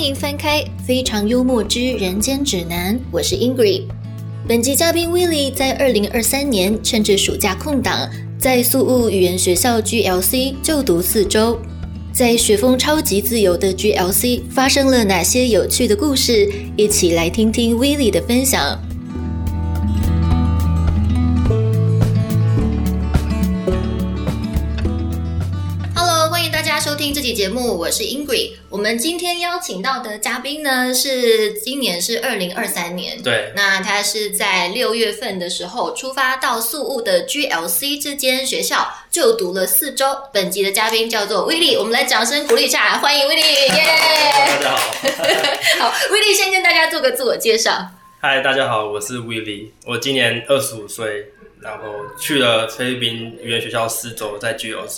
迎翻开《非常幽默之人间指南》，我是 Ingrid。本集嘉宾 Willie 在2023年趁着暑假空档，在宿务语言学校 GLC 就读4周。在学风超级自由的 GLC 发生了哪些有趣的故事？一起来听听 Willie 的分享。收听这期节目，我是 Ingrid。我们今天邀请到的嘉宾呢，今年是2023年。 对， 那他是在6月份的时候出发到宿务的 GLC 这间学校就读了4周。本集的嘉宾叫做 Willie， 我们来掌声鼓励一下，欢迎 Willie， 耶！ 大家好。 好 ，Willie 先跟大家做个自我介绍。 嗨，大家好，我是 Willie， 我今年25岁，然后去了菲律宾语言学校4周，在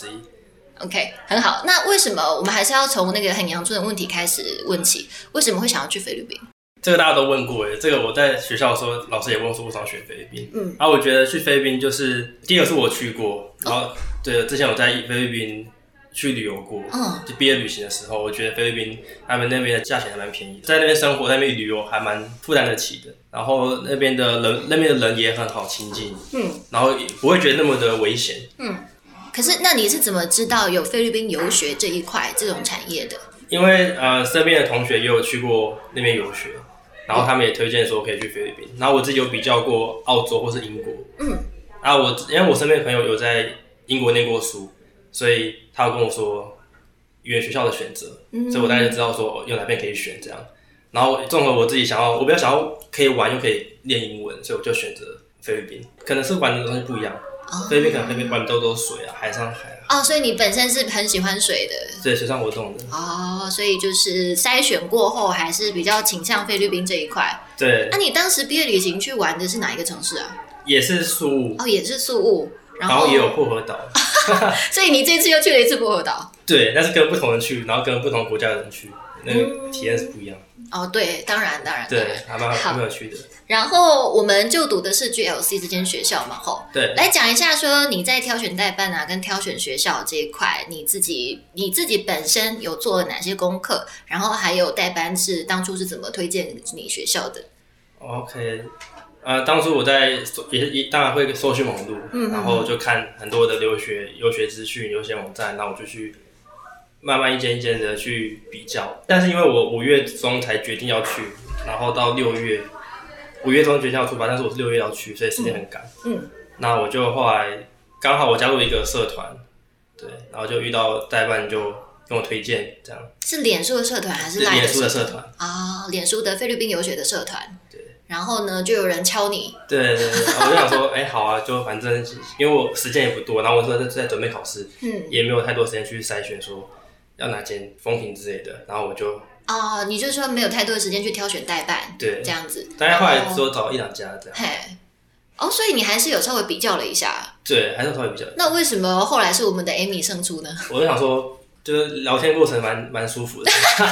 GLC。OK， 很好。那为什么我们还是要从那个很阳春的问题开始问起？为什么会想要去菲律宾？ 这个大家都问过耶，这个我在学校的时候，老师也问说为什么要选菲律宾。我觉得去菲律宾就是第一个是我去过，然后对，之前我在菲律宾去旅游过，就毕业旅行的时候，我觉得菲律宾他们那边的价钱还蛮便宜，在那边生活，在那边旅游还蛮负担得起的。然后那边的人也很好亲近，然后也不会觉得那么的危险， 可是，那你是怎么知道有菲律宾游学这一块这种产业的？因为身边的同学也有去过那边游学，然后他们也推荐说可以去菲律宾。然后我自己有比较过澳洲或是英国，因为我身边的朋友有在英国念过书，所以他有跟我说语言学校的选择，所以我大概就知道说有哪边可以选这样。然后综合我自己我比较想要可以玩又可以练英文，所以我就选择菲律宾。可能是玩的东西不一样。菲律宾可能菲律宾玩都是水啊，海上海啊。 所以你本身是很喜欢水的， 对，水上活动的。 所以就是筛选过后，还是比较倾向菲律宾这一块。 对。 那你当时毕业旅行去玩的是哪一个城市啊？ 也是宿务。 也是宿务， 然后也有薄荷岛。 所以你这次又去了一次薄荷岛。 对，但是跟不同人去，然后跟不同国家的人去，那个体验是不一样。 对，当然。 对，还蛮有趣的。 然后我们就读的是 GLC 这间学校嘛， 对， 来讲一下说你在挑选代办啊，跟挑选学校这一块，你自己本身有做了哪些功课，然后还有代办是当初是怎么推荐你学校的 ？OK， 当初我也当然会搜寻网路，然后就看很多的游学资讯、游学网站，然后我就去慢慢一间一间的去比较。但是因为我5月中才决定要去，然后到5月中决定要出发，但是我是6月要去，所以时间很赶。那我就后来刚好我加入一个社团，对，然后就遇到代办就跟我推荐，这样。 是脸书的社团还是 LINE 的社团？ 脸书的社团脸书的菲律宾游学的社团。 对。 然后呢，就有人敲你。 对，然后我就想说，好啊，就反正因为我时间也不多，然后我说在准备考试，也没有太多时间去筛选说要哪间风评之类的，然后我就。 你就是说没有太多的时间去挑选代办，对，这样子。 大概后来只有找1-2家这样。 所以你还是有稍微比较了一下。 对，还是稍微比较。 那为什么后来是我们的 Amy 胜出呢？ 我就想说，就是聊天过程蛮舒服的，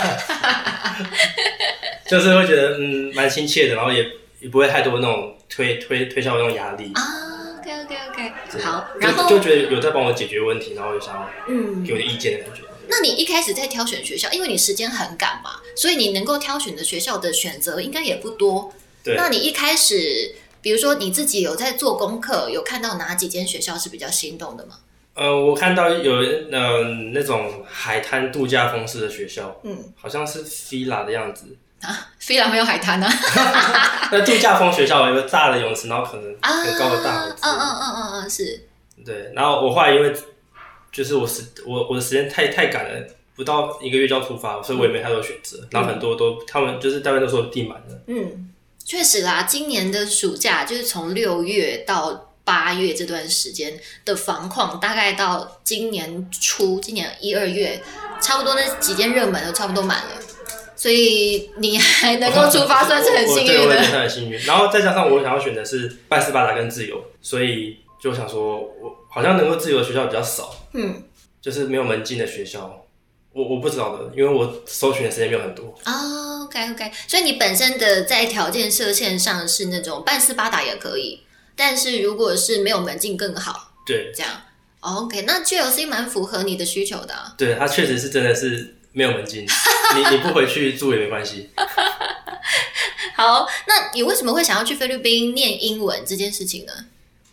就是会觉得蛮亲切的，然后也不会太多那种推销的那种压力。 OK， 好，然后就觉得有在帮我解决问题，然后有想要给我的意见的感觉。 那你一开始在挑选学校，因为你时间很赶嘛，所以你能够挑选的学校的选择应该也不多。 对。 那你一开始，比如说你自己有在做功课，有看到哪几间学校是比较心动的吗？ 我看到有那种海滩度假风式的学校，好像是 Fila 的样子。 Fila 没有海滩啊。 那度假风学校有个大的泳池，然后可能很高的大湖。是。对， 然后我后来因为。就是我的时间太赶了，不到1个月就要出发，所以我也没太多选择。然后很多他们就是大概都说订满了。 确实啦，今年的暑假就是从6月到8月这段时间的房况，大概到今年1、2月，差不多那几间热门的差不多满了。所以你还能够出发，算是很幸运的。 对，我也很幸运。然后再加上我想要选的是半斯巴达跟自由，所以就想说我好像能够自由的学校比较少，就是没有门禁的学校，我不知道的，因为我搜寻的时间没有很多。 OK， 所以你本身的在条件设限上是那种半斯巴达也可以，但是如果是没有门禁更好。 对， 这样。OK， 那 GLC 蛮符合你的需求的。 对，它确实是真的是没有门禁，你不回去住也没关系。 好，那你为什么会想要去菲律宾念英文这件事情呢？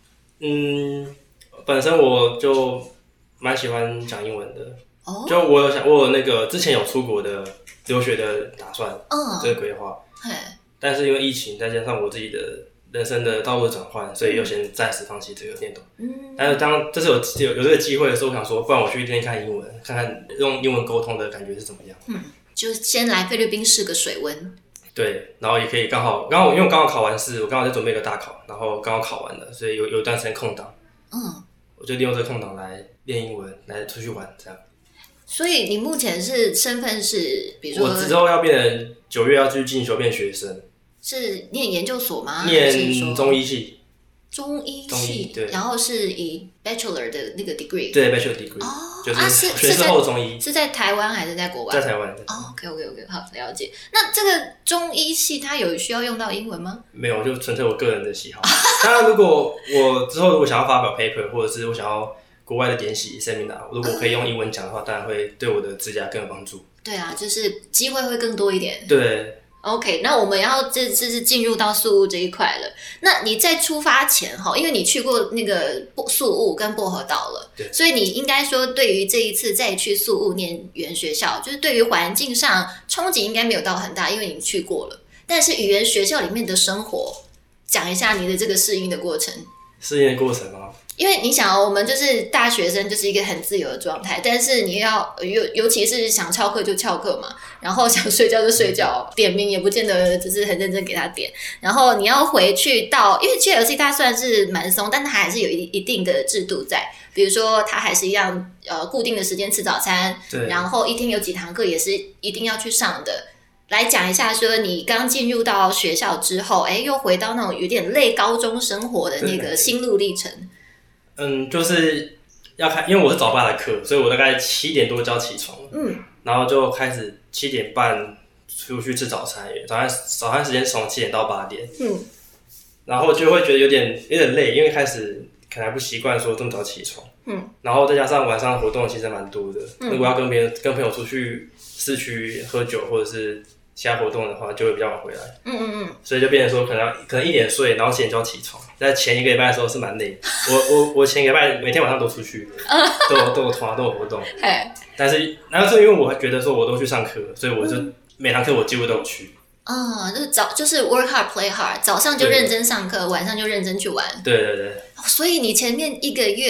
本身我就蛮喜欢讲英文的，就我有那个之前有出国的留学的打算，这个规划，但是因为疫情，再加上我自己的人生的道路转换，所以又先暂时放弃这个念头。但是当这是有这个机会的时候，我想说，不然我去练看英文，看看用英文沟通的感觉是怎么样。 就先来菲律宾试个水温。 对，然后也可以刚好因为我刚好考完试，我刚好在准备一个大考，然后刚好考完了，所以有一段时间空档，我就利用这个空档来练英文，来出去玩这样。 所以你目前是身份是，比如说我之后要变成9月要去进修变学生， 是念研究所吗？ 念中医系。 中医系，对，然后是以 Bachelor 的那个 degree， 对 Bachelor degree，就是学士后中医， 是在台湾还是在国外？ 在台湾。 OK， 好，了解。那这个中医系它有需要用到英文吗？ 没有，就纯粹我个人的喜好。当然，如果我之后想要发表 paper， 或者是我想要国外的研习 seminar， 如果可以用英文讲的话，当然会对我的职涯更有帮助。 对啊，就是机会会更多一点。 对。 OK， 那我们要这是进入到宿务这一块了。那你在出发前因为你去过那个宿务跟薄荷岛了，所以你应该说对于这一次再去宿务念语言学校，就是对于环境上冲击应该没有到很大，因为你去过了。但是语言学校里面的生活，讲一下你的这个适应的过程。 适应的过程吗？ 因为你想我们就是大学生，就是一个很自由的状态，但是你要尤其是想翘课就翘课嘛，然后想睡觉就睡觉，点名也不见得就是很认真给他点，然后你要回去到，因为 GLC 它算是蛮松，但它还是有一定的制度在，比如说它还是一样固定的时间吃早餐，然后一天有几堂课也是一定要去上的。来讲一下说你刚进入到学校之后，又回到那种有点类高中生活的那个心路历程。 就是要看，因为我是早8的课，所以我大概7点多就要起床，然后就开始7点半出去吃早餐，早餐时间从7点到8点，然后就会觉得有点累，因为开始可能还不习惯说这么早起床，然后再加上晚上的活动其实蛮多的，如果要跟朋友出去市区喝酒或者是其他活动的话，就会比较晚回来。所以就变成说可能1点睡，然后7点就要起床。在前1个礼拜的时候是蛮累的。我前1个礼拜每天晚上都出去，都有团，都有活动。但是然后是因为我觉得说我都去上课，所以我就每堂课我几乎都有去。 就是 work hard play hard， 早上就认真上课，晚上就认真去玩。 对。 所以你前面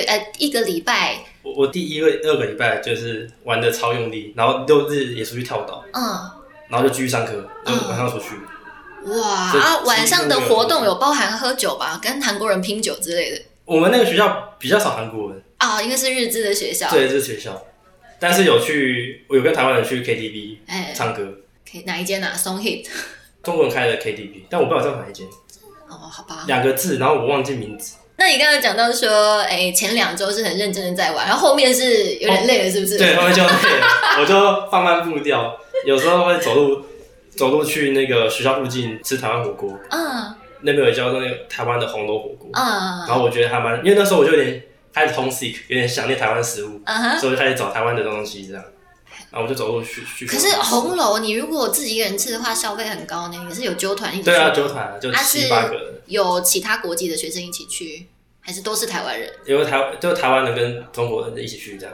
1个礼拜， 我第2个礼拜就是玩的超用力，然后6日也出去跳岛，然后就继续上课，就晚上出去。 哇！晚上的活动有包含喝酒吧，跟韩国人拼酒之类的。 我们那个学校比较少韩国人因为是日资的学校。 对，日资学校。但是我有跟台湾人去 KTV 唱歌。 哪一间啊 ？Song Hit。 中国人开的 KTV， 但我不知道叫哪一间。 好吧。2 个字，然后我忘记名字。 那你刚刚讲到说，前2周是很认真的在玩，然后后面是有点累了，是不是？ 对，后面就累了，我就放慢步调，有时候会走路去那个学校附近吃台湾火锅。那边有叫那个台湾的红楼火锅。然后我觉得还蛮，因为那时候我就有点开始 homesick， 有点想念台湾食物，所以我就开始找台湾的东西这样。然后我就走路去。可是红楼，你如果自己一个人吃的话，消费很高呢。你是有揪团一起去？ 对啊，揪团就7、8个人。 有其他国籍的学生一起去，还是都是台湾人？ 因为台湾人跟中国人一起去这样。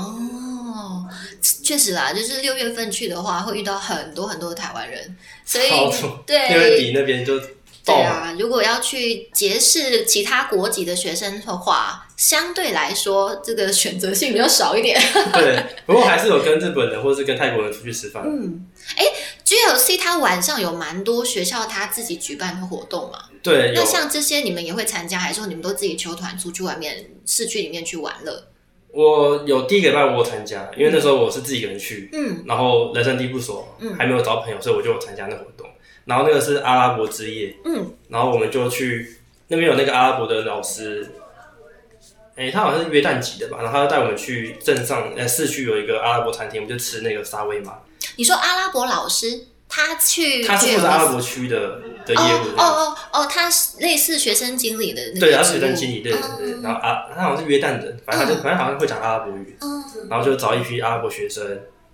确实啦，就是6月份去的话，会遇到很多很多的台湾人，所以对6月底那边就。 对啊，如果要去结识其他国籍的学生的话，相对来说这个选择性比较少一点。 对，不过还是有跟日本人或是跟泰国人出去吃饭。 GLC 它晚上有蛮多学校它自己举办的活动嘛。 对， 那像这些你们也会参加，还是说你们都自己揪团出去外面市区里面去玩乐？ 我有第1个礼拜我有参加，因为那时候我是自己一个人去，然后人生地不熟，还没有找朋友，所以我就有参加那个活动。然后那个是阿拉伯之夜，然后我们就去那边有那个阿拉伯的老师，他好像是约旦籍的吧，然后他就带我们去镇上市区有一个阿拉伯餐厅，我们就吃那个沙威玛。 你说阿拉伯老师他是负责阿拉伯区的业务。 他类似学生经理的那个。 对，他是学生经理，对。然后他好像是约旦人，反正好像会讲阿拉伯语，然后就找一批阿拉伯学生。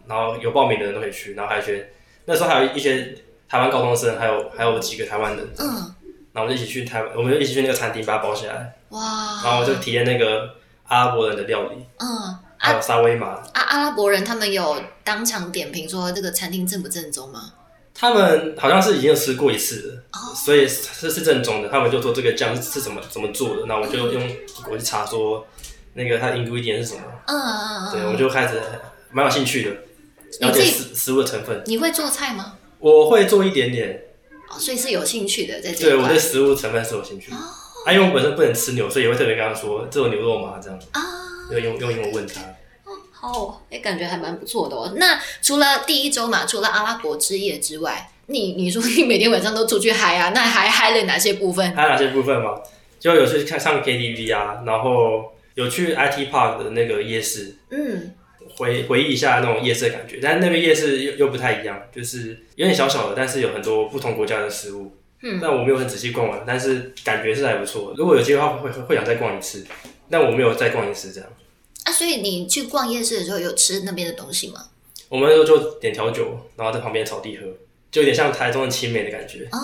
然后有报名的人都可以去，然后还有那时候还有一些台湾高中生，还有几个台湾人，然后我们就一起去我们就一起去那个餐厅把它包下来，哇！然后我就体验那个阿拉伯人的料理，还有沙威玛。 阿拉伯人他们有当场点评说这个餐厅正不正宗吗？ 他们好像是已经有吃过一次了，所以是正宗的。他们就说这个酱是怎么做的，那我就我去查说那个它的 ingredient 是什么。对，我就开始蛮有兴趣的，了解食物的成分。 你会做菜吗？ 我会做一点点。 所以是有兴趣的在这一块。 对，我对食物成分是有兴趣的。因为我本身不能吃牛，所以也会特别跟他说这有牛肉吗？这样。用英文问他。 感觉还蛮不错的哦。那除了第一周嘛，除了阿拉伯之夜之外，你说你每天晚上都出去嗨啊？那还嗨了哪些部分？ 嗨哪些部分嘛？就有去唱 KTV 啊，然后有去 IT Park 的那个夜市，回忆一下那种夜市的感觉。但那边夜市又不太一样，就是有点小小的，但是有很多不同国家的食物。但我没有很仔细逛完，但是感觉是还不错。如果有机会的话，会想再逛一次，但我没有再逛一次这样。 所以你去逛夜市的时候有吃那边的东西吗？ 我们那时候就点调酒，然后在旁边草地喝，就有点像台中的青梅的感觉。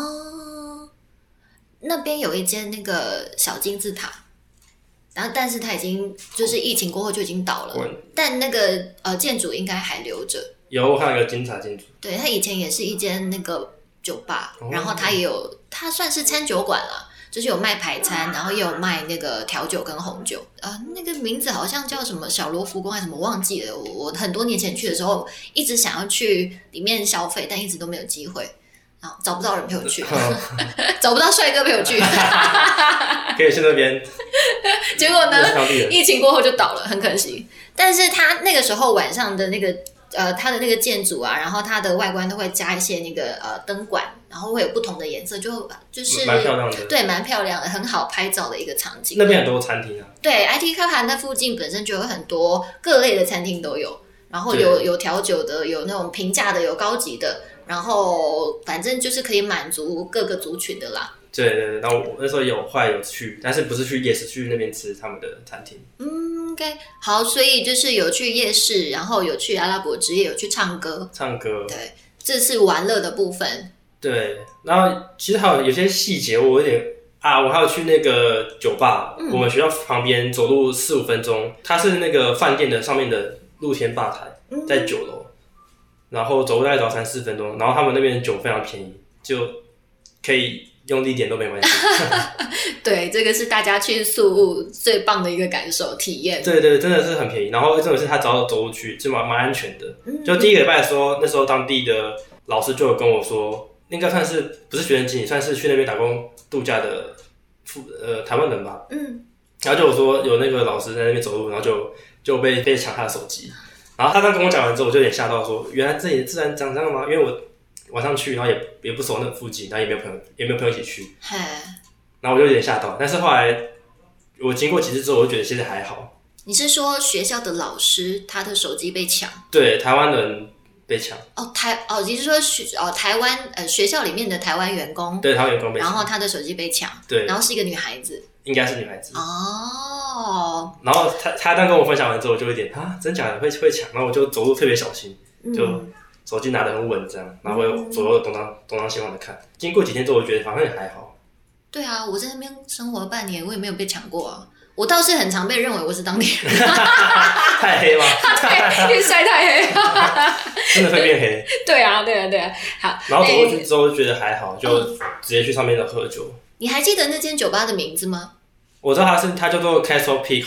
那边有一间那个小金字塔，然后但是它已经就是疫情过后就已经倒了，但那个建筑应该还留着。 有，我看到一个金字塔建筑。对， 它以前也是一间那个酒吧，然后它算是餐酒馆啦。就是有卖排餐，然后也有卖那个调酒跟红酒，那个名字好像叫什么小罗浮宫还是什么忘记了。我很多年前去的时候，一直想要去里面消费，但一直都没有机会，然后找不到人陪我去，找不到帅哥陪我去， 可以去那边。 结果呢，疫情过后就倒了，很可惜。但是他那个时候晚上的那个它的那个建筑啊，然后它的外观都会加一些那个灯管，然后会有不同的颜色，就是蛮漂亮的， 对，蛮漂亮的，很好拍照的一个场景。 那边很多餐厅啊， 对 ，IT 开盘那附近本身就有很多各类的餐厅都有，然后有调酒的，有那种平价的，有高级的，然后反正就是可以满足各个族群的啦。 对，然后我那时候后来有去，但是不是去夜市，去那边吃他们的餐厅。 OK， 好，所以就是有去夜市，然后有去阿拉伯之夜，有去唱歌。对，这是玩乐的部分。 对，然后其实还有些细节，我有点我还有去那个酒吧，我们学校旁边走路4-5分钟，它是那个饭店的上面的露天吧台，在9楼，然后走路大概找3-4分钟，然后他们那边的酒非常便宜，就可以用力点都没关系。 对，这个是大家去宿务最棒的一个感受体验。 对，真的是很便宜，然后真的是他只要走路去就蛮安全的。就第一个礼拜的时候，那时候当地的老师就有跟我说，应该算是不是学生经理，算是去那边打工度假的台湾人吧。然后就有说有那个老师在那边走路，然后就被抢他的手机。然后他刚跟我讲完之后，我就有点吓到说，原来这里自然长这样吗？因为我晚上去，然后也不熟那附近，然后也没有朋友一起去。然后我就有点吓到，但是后来我经过几次之后，我就觉得其实还好。 你是说学校的老师他的手机被抢？ 对，台湾人被抢。 你是说台湾学校里面的台湾员工？ 对，台湾员工被抢， 然后他的手机被抢， 对， 然后是一个女孩子， 应该是女孩子。然后他刚跟我分享完之后，我就有点真假的会抢，然后我就走路特别小心，就手机拿得很稳这样，然后会左右东张西望的看。经过几天之后，我觉得好像也还好。 对啊，我在那边生活了半年，我也没有被抢过啊。我倒是很常被认为我是当地人。 太黑吗？ 对，因为晒太黑。 真的会变黑。 对啊。好， 然后走过去之后就觉得还好，就直接去上面的喝酒。 你还记得那间酒吧的名字吗？ 我知道它叫做 Castle Peak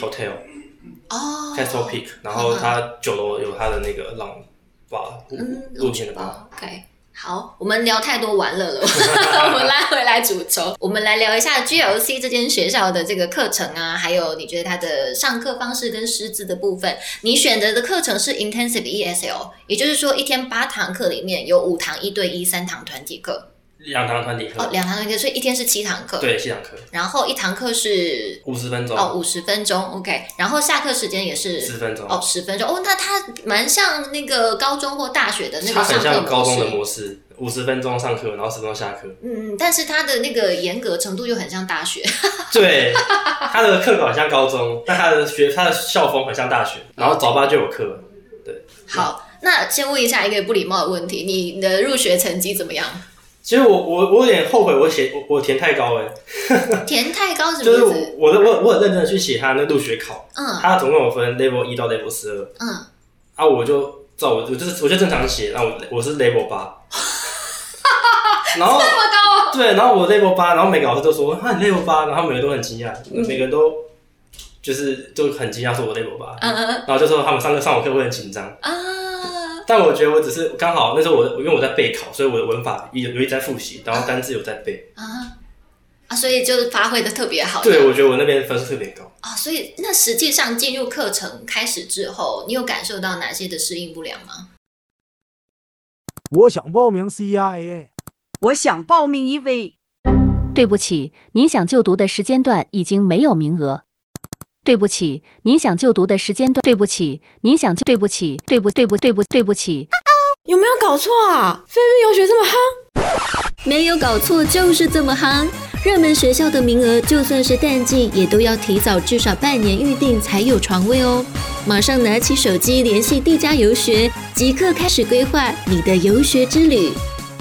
Hotel。Castle Peak， 然后它9楼有它的那个浪吧，露天的吧。 OK。好，我们聊太多玩乐了，我们拉回来主轴，我们来聊一下 GLC 这间学校的这个课程啊，还有你觉得它的上课方式跟师资的部分。你选择的课程是 Intensive ESL， 也就是说一天8堂课里面有5堂1对1，3堂团体课。 2堂团体课 ，2堂团体课，所以一天是7堂课。 对，7堂课。 然后1堂课是 50分钟。 50分钟 ，OK。然后下课时间也是 10分钟。 10分钟。那它蛮像那个高中或大学的那个上课模式。 它很像高中的模式，50分钟上课，然后10分钟下课。 但是它的那个严格程度又很像大学。 对，它的课表很像高中，但它的校风很像大学。然后早8就有课。对。 好。 那先问一下一个不礼貌的问题，你的入学成绩怎么样？ 其实我有点后悔，我填太高填太高什么意思？ 就是我很认真的去写他那入学考，他总共有分 Level 1到 Level 12，我就正常写，然后我是 Level 8，然后这么高哦？对，然后我 Level 8，然后每个老师都说你 Level 8，然后每个人都很惊讶，每个人都就很惊讶说我 Level 8，然后就说他们上我课会很紧张但我觉得我只是刚好那时候因为我在备考，所以我的文法有一直在复习，然后单字有在背所以就发挥的特别好。 对，我觉得我那边分数特别高所以那实际上进入课程开始之后，你有感受到哪些的适应不良吗？ 我想报名 CIA， 我想报名EV。 对不起，您想就读的时间段已经没有名额。对不起，您想就读的时间段。对不起，您想就对不起，对不起。 有没有搞错啊？菲律宾游学这么夯？ 没有搞错，就是这么夯。热门学校的名额就算是淡季，也都要提早至少半年预定才有床位哦。马上拿起手机联系地家游学，即刻开始规划你的游学之旅。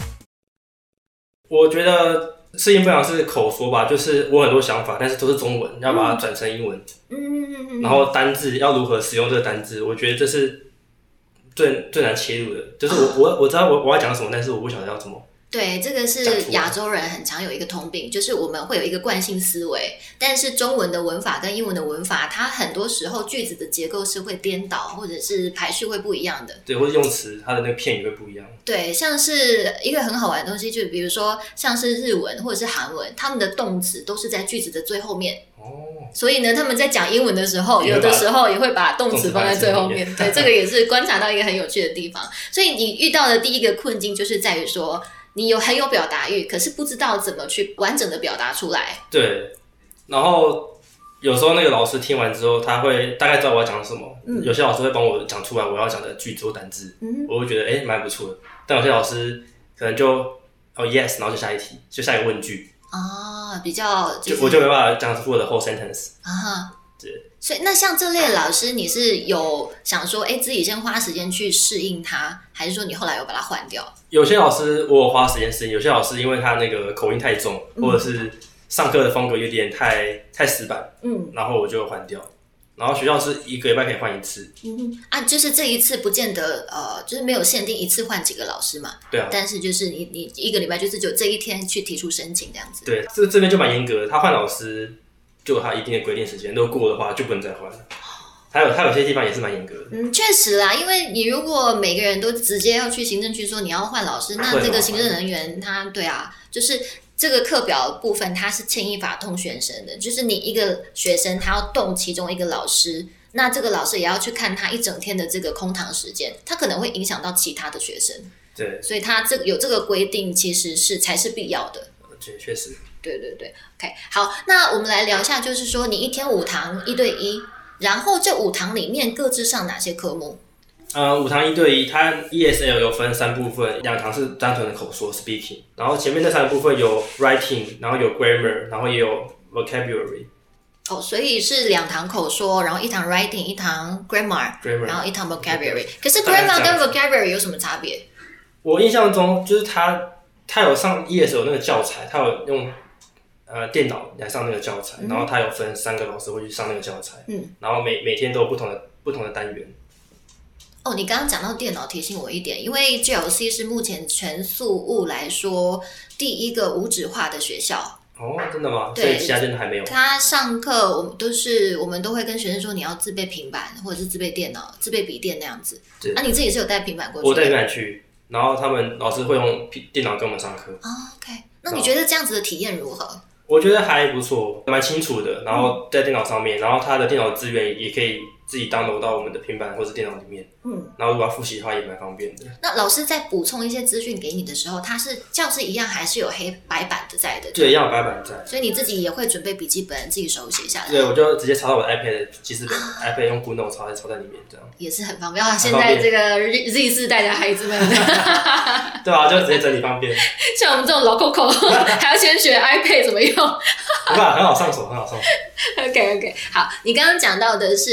我觉得适应不良是口说吧，就是我很多想法，但是都是中文，要把它转成英文。然后单字要如何使用这个单字，我觉得这是最难切入的。就是我知道我要讲什么，但是我不晓得要怎么。 对，这个是亚洲人很常有一个通病，就是我们会有一个惯性思维，但是中文的文法跟英文的文法，它很多时候句子的结构是会颠倒，或者是排序会不一样的。 对，或者用词它的那个片语会不一样。 对，像是一个很好玩的东西，就比如说像是日文或者是韩文，他们的动词都是在句子的最后面。所以呢，他们在讲英文的时候，有的时候也会把动词放在最后面。对，这个也是观察到一个很有趣的地方。所以你遇到的第一个困境就是在于说，你很有表达欲，可是不知道怎么去完整的表达出来。 对，然后有时候那个老师听完之后，他会大概知道我要讲什么。有些老师会帮我讲出来我要讲的句子或单字，我会觉得蛮不错的。但有些老师可能就yes， 然后就下一题，就下一个问句。 比较我就没办法讲出我的 whole sentence。对。 所以那像这类的老师，你是有想说自己先花时间去适应他，还是说你后来有把它换掉？ 有些老师我有花时间适应，有些老师因为他那个口音太重，或者是上课的风格有点太死板，然后我就换掉。然后学校是1个礼拜可以换一次。 就是这一次不见得就是没有限定一次换几个老师嘛。 对啊。 但是就是你1个礼拜就是只有这一天去提出申请这样子。 对，这边就蛮严格的，他换老师就有他一定的规定时间，如果过的话就不能再换了。还有些地方也是蛮严格的。 确实啦，因为你如果每个人都直接要去行政区说你要换老师，那这个行政人员他对啊，就是这个课表部分它是牵一发动全身的，就是你一个学生他要动其中一个老师，那这个老师也要去看他一整天的这个空堂时间，他可能会影响到其他的学生。 对， 所以他有这个规定其实才是必要的。 确实。 对 OK， 好，那我们来聊一下，就是说你一天5堂1对1，然后这5堂里面各自上哪些科目 ？5堂1对1，它 ESL 有分3部分，2堂是单纯的口说 speaking， 然后前面那3个部分有 writing， 然后有 grammar， 然后也有 vocabulary。 所以是2堂口说，然后1堂 writing， 1堂 grammar， 然后1堂 vocabulary。可是 grammar 跟 vocabulary 有什么差别？ 我印象中就是他有上 ESL 那个教材，他有用电脑来上那个教材，然后他有分3个老师会去上那个教材，然后每天都有不同的单元。 你刚刚讲到电脑，提醒我一点，因为 GLC 是目前全宿务来说第一个无纸化的学校。 真的吗？ 对， 所以其他真的还没有。 他上课我们都会跟学生说，你要自备平板或者是自备电脑、自备笔电那样子。你自己是有带平板过去的？ 我带平板去，然后他们老师会用电脑跟我们上课。 OK， 那你觉得这样子的体验如何？ 我觉得还不错，蛮清楚的。然后在电脑上面，然后他的电脑资源也可以自己 download 到我们的平板或是电脑里面。然后如果要复习的话，也蛮方便的。那老师在补充一些资讯给你的时候，他是教室一样还是有白板的在的？ 对，一样有白板在。 所以你自己也会准备笔记本，自己手写下来。 对，我就直接抄到我的 iPad 记事本，iPad 用 Google Note 抄在里面，这样也是很方便。现在这个 Z 世代的孩子们， 对啊，就直接整理方便。 像我们这种老 Coco 还要先学 iPad 怎么用。 很好上手，很好上手。 OK， 好，你刚刚讲到的是1对1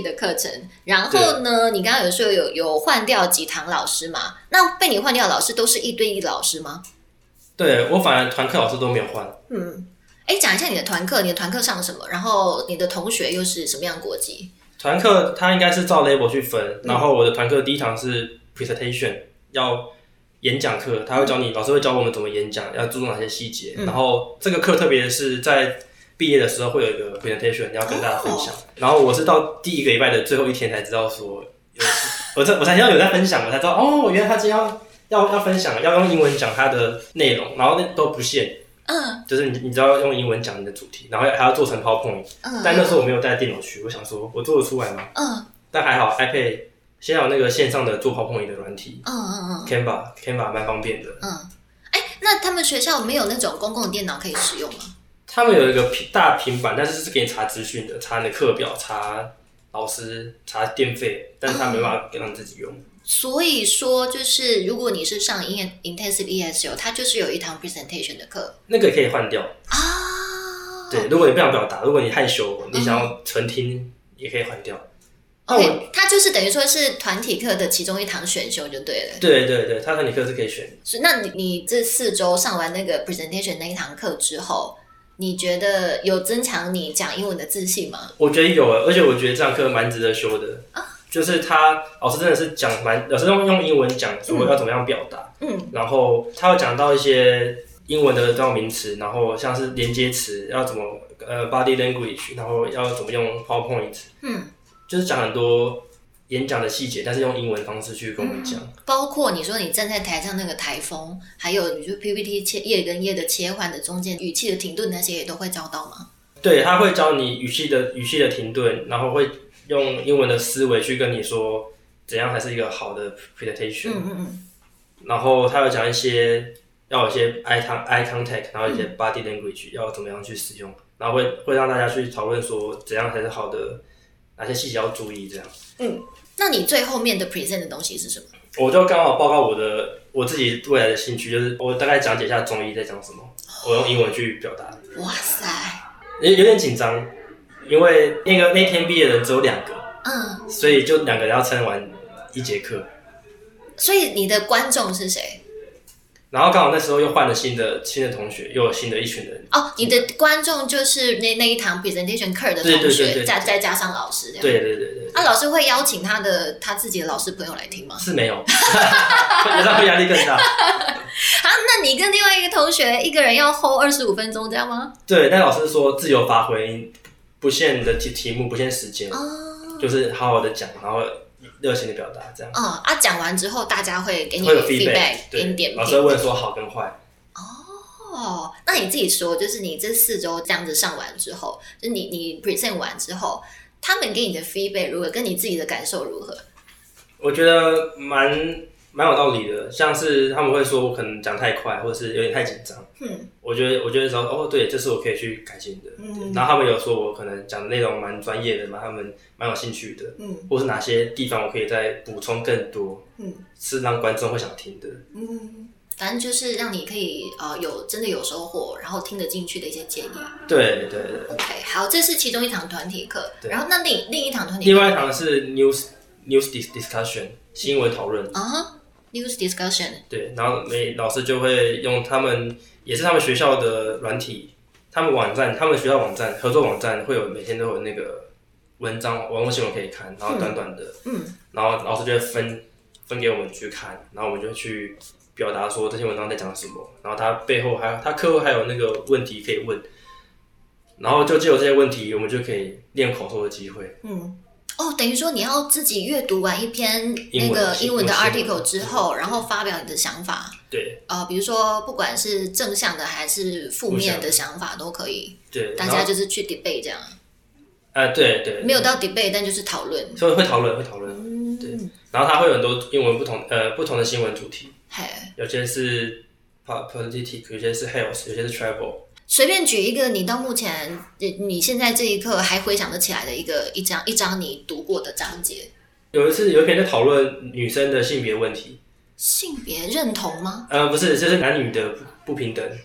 的课程，然后呢，你刚刚有说有换掉几堂老师嘛？那被你换掉的老师都是1对1的老师吗？ 对，我反而团课老师都没有换。 讲一下你的团课，你的团课上什么？然后你的同学又是什么样的国籍？ 团课它应该是照 level 去分，然后我的团课第一堂是 presentation， 要演讲课，他会教你，老师会教我们怎么演讲，要注重哪些细节。然后这个课特别是在毕业的时候会有一个 presentation 要跟大家分享。然后我是到第1个礼拜的最后一天才知道说，我才知道有在分享，我才知道哦，原来他今天要分享，要用英文讲他的内容，然后那都不限。就是你只要用英文讲你的主题，然后还要做成 PowerPoint。但那时候我没有带电脑去，我想说我做得出来吗？但还好 iPad 现在有那个线上的做 PowerPoint 的软体。Canva 蛮方便的。 那他们学校没有那种公共电脑可以使用吗？ 他们有一个大平板，但是是给你查资讯的，查你的课表，查老师，查电费，但是他没办法让你自己用。 所以说，就是如果你是上 Intensive ESL， 它就是有一堂 presentation 的课， 那个可以换掉对，如果你不想表达，如果你害羞，你想要纯听，也可以换掉。 OK， 它就是等于说是团体课的其中一堂选修就对了。 对，它团体课是可以选的。 那你这4周上完那个 presentation 那一堂课之后，你觉得有增强你讲英文的自信吗？ 我觉得有，而且我觉得这堂课蛮值得修的。就是老师真的是老师用英文讲说要怎么样表达。然后他有讲到一些英文的专有名词，然后像是连接词要怎么body language， 然后要怎么用 PowerPoint。就是讲很多演讲的细节，但是用英文方式去跟我们讲。 包括你说你站在台上那个台风，还有你说 PPT 页跟页的切换的中间语气的停顿那些也都会教到吗？ 对，他会教你语气的停顿，然后会用英文的思维去跟你说怎样才是一个好的 presentation。然后他有讲一些要有一些 eye contact， 然后一些 body language 要怎么样去使用，然后会让大家去讨论说怎样才是好的，哪些细节要注意这样。 那你最后面的 present 的东西是什么？ 我就刚好报告我自己未来的兴趣，就是我大概讲解一下中医在讲什么，我用英文去表达。 哇塞， 有点紧张，因为那天毕业的人只有2个，所以就2个人要撑完1节课。 所以你的观众是谁？ 然后刚好那时候又换了新的同学，又有新的一群人。 你的观众就是那一堂 presentation 课的同学，再加上老师这样。 对。 老师会邀请他自己的老师朋友来听吗？ 是没有，这样会压力更大。 那你跟另外一个同学一个人要 hold 25分钟这样吗？ 对，但老师说自由发挥，不限的题目，不限时间，就是好好的讲，然后热情的表达这样。 讲完之后大家会给你会有 feedback， 给你点评。 老师会问说好跟坏。 那你自己说，就是你这4周这样子上完之后，就你 present 完之后，他们给你的 feedback 如何，跟你自己的感受如何？ 我觉得蛮有道理的，像是他们会说我可能讲太快，或者是有点太紧张。我觉得说对，这是我可以去改进的。然后他们有说我可能讲的内容蛮专业的嘛，他们蛮有兴趣的。或是哪些地方我可以再补充更多，是让观众会想听的。 反正就是让你可以真的有收获，然后听得进去的一些建议。 对。 OK， 好，这是其中一堂团体课。然后那另一堂团体课， 另外一堂是 news discussion 新闻讨论。 news discussion。对， 然后老师就会用也是他们学校的软体，他们学校网站合作网站会有每天都有那个文章网络新闻可以看，然后短短的，然后老师就会分给我们去看，然后我们就去表达说这些文章在讲什么，然后他背后他课后还有那个问题可以问，然后就藉由这些问题，我们就可以练口说的机会。 等于说你要自己阅读完一篇那个英文的 article 之后，然后发表你的想法。 对。 比如说不管是正向的还是负面的想法都可以。 对。 大家就是去 debate 这样。 对。 没有到 debate， 但就是讨论。 所以会讨论。对。然后它会有很多英文不同的新闻主题。有些是 politics， 有些是 health， 有些是 travel。 随便举一个你到目前你现在这一刻还回想得起来的一张你读过的章节。有一篇在讨论女生的性别问题。 性别认同吗？ 不是，就是男女的不平等。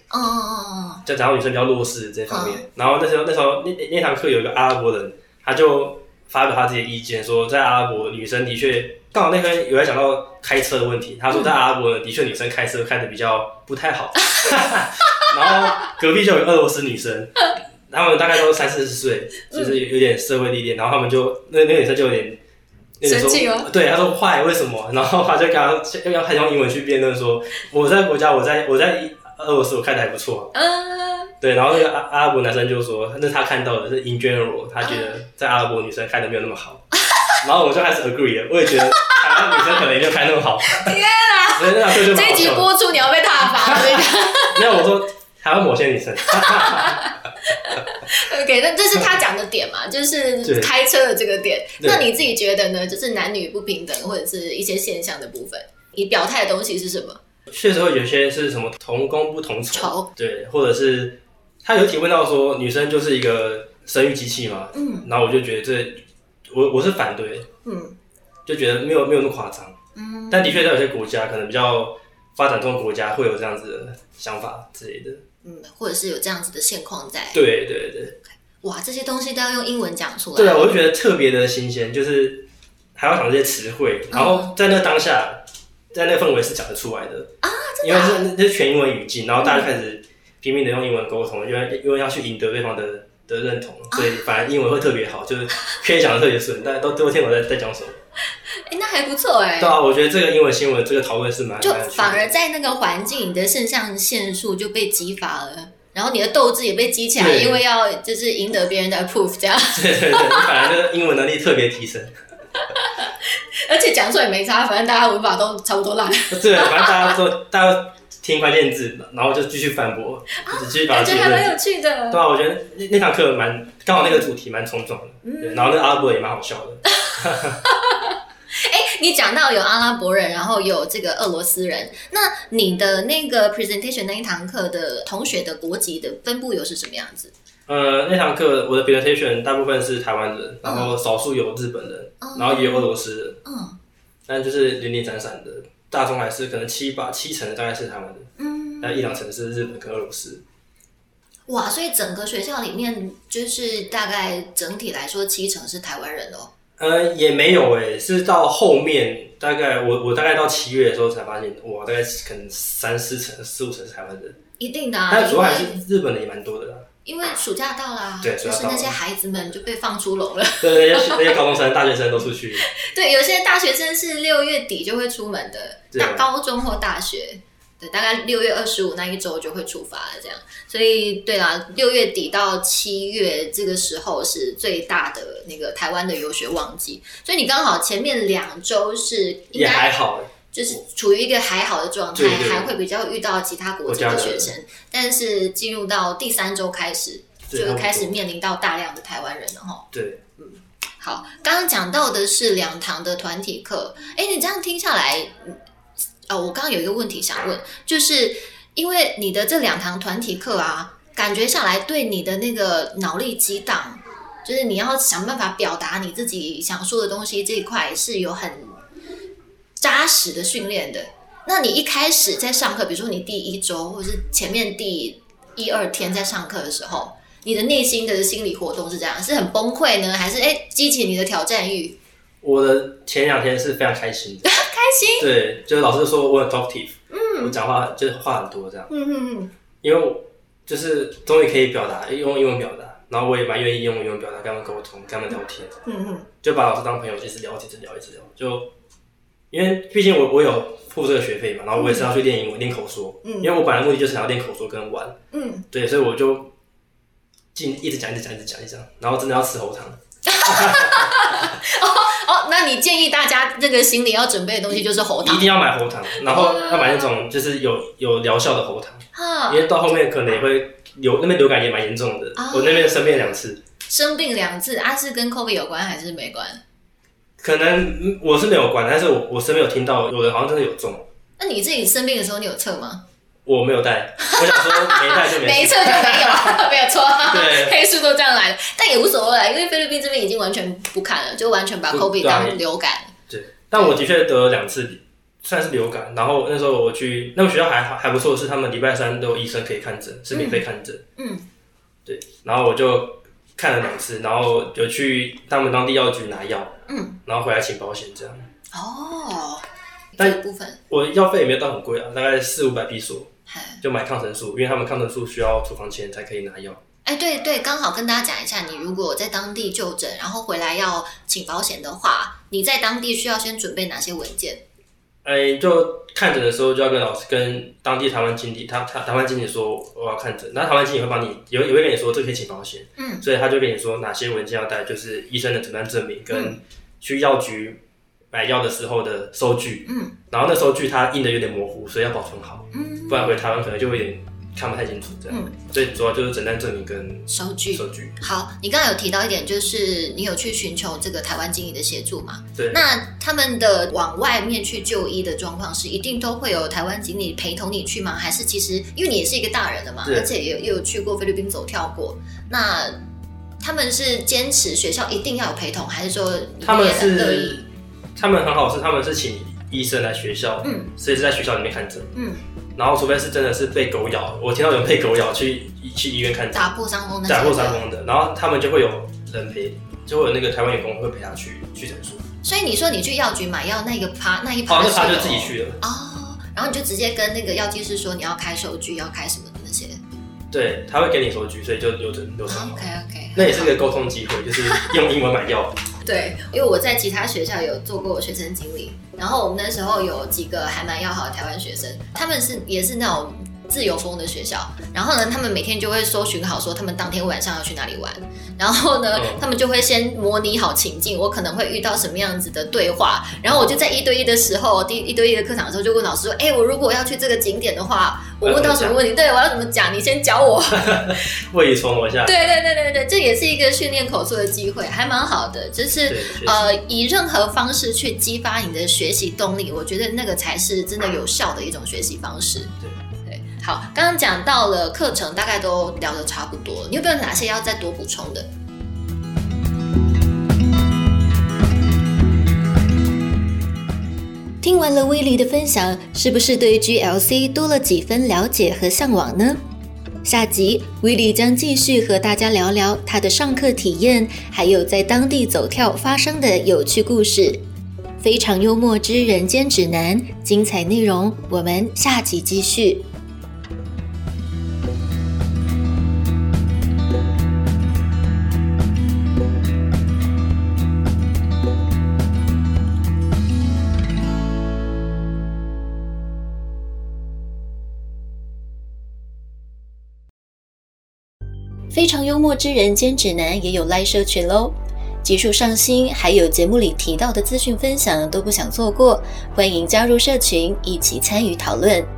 就讲到女生比较弱势这方面。然后那时候那堂课有一个阿拉伯人，他就发表他自己的意见，说在阿拉伯女生的确，刚好那天有在讲到开车的问题，他说在阿拉伯的确女生开车开的比较不太好，然后隔壁就有俄罗斯女生，他们大概都30-40岁，就是有点社会历练，然后他们就那个女生就有点生气哦， 对，他说坏为什么？然后他就跟他开始用英文去辩论说，我在国家，我在俄罗斯我开的还不错，对，然后那个阿拉伯男生就说，那是他看到的是 in general， 他觉得在阿拉伯女生开的没有那么好，然后我就开始 agree 了，我也觉得台湾女生可能也没有开那么好。 天啊！ 所以那就这一集播出你要被挞伐了， 没有，我说台湾某些女生。 OK， 那这是他讲的点嘛，就是开车的这个点。那你自己觉得呢？就是男女不平等或者是一些现象的部分，你表态的东西是什么？ 确实会有些是什么同工不同酬，对，或者是他有提问到说女生就是一个生育机器嘛，然后我就觉得我是反对，就觉得没有那么夸张，但的确在有些国家可能比较发展中的国家会有这样子的想法之类的， 或者是有这样子的现况在， 对对对， 哇，这些东西都要用英文讲出来， 对啊，我就觉得特别的新鲜，就是还要讲这些词汇，然后在那个当下。在那个氛围是讲得出来的啊，因为是全英文语境，然后大家开始拼命的用英文沟通，因为要去赢得对方的认同，所以反而英文会特别好，就是可以讲得特别顺，大家都听我在讲什么。 那还不错哎。 对啊，我觉得这个英文新闻这个讨论是就反而在那个环境，你的肾上腺素就被激发了。然后你的斗志也被激起来，因为要就是赢得别人的 approve 这样。 对对对，你反而就是英文能力特别提升。 而且讲出来也没差，反正大家文法都差不多烂。 对，反正大家听关键字，然后就继续反驳，继续把它记。 感觉还蛮有趣的。 对啊，我觉得那堂课刚好那个主题蛮冲撞的，对，然后那个阿拉伯也蛮好笑的。 你讲到有阿拉伯人，然后有这个俄罗斯人，那你的那个 presentation 那一堂课的同学的国籍的分布又是什么样子？ 那堂课我的 presentation 大部分是台湾人，然后少数有日本人，然后也有俄罗斯人，但就是零零散散的，大众还是可能7成的大概是台湾人，但1-2成是日本跟俄罗斯。 哇，所以整个学校里面就是大概整体来说7成是台湾人哦。 也没有是到后面大概我大概到7月的时候才发现，哇，大概可能3-4成、4-5成是台湾人。 一定的啊， 但主要还是日本人也蛮多的啦。 因为暑假到啦， 对， 就是那些孩子们就被放出笼了。 对，那些高中生、大学生都出去。 对，有些大学生是6月底就会出门的，高中或大学，对，大概6月25那一周就会出发了，这样。所以，对啦，6月底到7月这个时候是最大的那个台湾的游学旺季，所以你刚好前面2周是应该也还好。 就是处于一个还好的状态， 对， 还会比较遇到其他国家的学生，但是进入到第3周开始，就开始面临到大量的台湾人了齁。 对， 好，刚刚讲到的是2堂的团体课，你这样听下来，我刚刚有一个问题想问，就是因为你的这2堂团体课啊，感觉下来对你的那个脑力激荡，就是你要想办法表达你自己想说的东西这一块是有很扎实的训练的。那你一开始在上课，比如说你第1周或者是前面第1-2天在上课的时候，你的内心的心理活动是这样，是很崩溃呢，还是激起你的挑战欲？ 我的前2天是非常开心的。 开心？对， 就是老师说我很 talkative，我讲话就是话很多这样，因为我就是终于可以表达，用英文表达，然后我也蛮愿意用英文表达跟他们沟通，跟他们聊天，就把老师当朋友，一直聊，就因为毕竟我有付这个学费嘛，然后我也是要去练英文、练口说，因为我本来目的就是想要练口说跟玩，对，所以我就一直讲，然后真的要吃喉糖。 那你建议大家这个行李要准备的东西就是喉糖， 一定要买喉糖，然后要买那种就是有疗效的喉糖，因为到后面可能也会那边流感也蛮严重的，我那边生病2次。 生病2次是跟 COVID 有关还是没关？ 可能我是没有关，但是我身边有听到有人好像真的有中。 那你自己生病的时候你有测吗？ 我没有带，我想说没带就没事， 没测就没有，没有错。 对， 黑数都这样来的，但也无所谓啦，因为菲律宾这边已经完全不看了，就完全把 COVID 当流感。 对，但我的确得了2次，算是流感。然后那时候我去那个学校还不错，是他们礼拜3都有医生可以看诊，是免费看诊。对，然后我就看了2次，然后有去他们当地药局拿药，然后回来请保险这样。 哦， 但这个部分我药费也没有到很贵啊，大概400-500披索，就买抗生素，因为他们抗生素需要处方签才可以拿药。 对对，刚好跟大家讲一下，你如果在当地就诊，然后回来要请保险的话，你在当地需要先准备哪些文件？ 就看诊的时候就要跟当地台湾经理，台湾经理说我要看诊，那台湾经理会帮你也会跟你说这可以请保险，所以他就跟你说哪些文件要带，就是医生的诊断证明跟去药局买药的时候的收据，然后那收据它印的有点模糊，所以要保存好，不然回台湾可能就会有点看不太清楚这样，所以主要就是诊断证明跟收据。 好，你刚刚有提到一点，就是你有去寻求这个台湾经理的协助嘛？ 对。 那他们的往外面去就医的状况是一定都会有台湾经理陪同你去吗？还是其实因为你也是一个大人了嘛，而且也有去过菲律宾走跳过，那他们是坚持学校一定要有陪同，还是说他们是乐意？他们很好，他们是请医生来学校，所以是在学校里面看诊，然后除非是真的是被狗咬，我听到有人被狗咬去医院看诊， 打破伤风的，然后他们就会有人陪，就会有那个台湾员工会陪他去诊所。 所以你说你去药局买药那一趴那趴就自己去了然后你就直接跟那个药剂师说你要开收据，要开什么的那些。 对，他会给你收据，所以就流程好。 OK， 那也是个沟通机会，就是用英文买药。 对，因为我在其他学校有做过学生经理，然后我们那时候有几个还蛮要好的台湾学生，他们也是那种自由风的学校，然后呢，他们每天就会搜寻好说他们当天晚上要去哪里玩，然后呢，他们就会先模拟好情境，我可能会遇到什么样子的对话，然后我就在1对1的时候，1对1的课堂的时候就问老师说，我如果要去这个景点的话，我问到什么问题，对，我要怎么讲，你先教我， 未雨绸缪下。 对，这也是一个训练口说的机会，还蛮好的，就是以任何方式去激发你的学习动力，我觉得那个才是真的有效的一种学习方式。对，好，刚刚讲到了课程，大概都聊得差不多，你有没有哪些要再多补充的？听完了威利的分享，是不是对 GLC 多了几分了解和向往呢？下集威利将继续和大家聊聊他的上课体验，还有在当地走跳发生的有趣故事。非常幽默之人间指南，精彩内容我们下集继续。非常幽默之人间指南也有 LINE 社群咯，集数上新还有节目里提到的资讯分享都不想错过，欢迎加入社群一起参与讨论。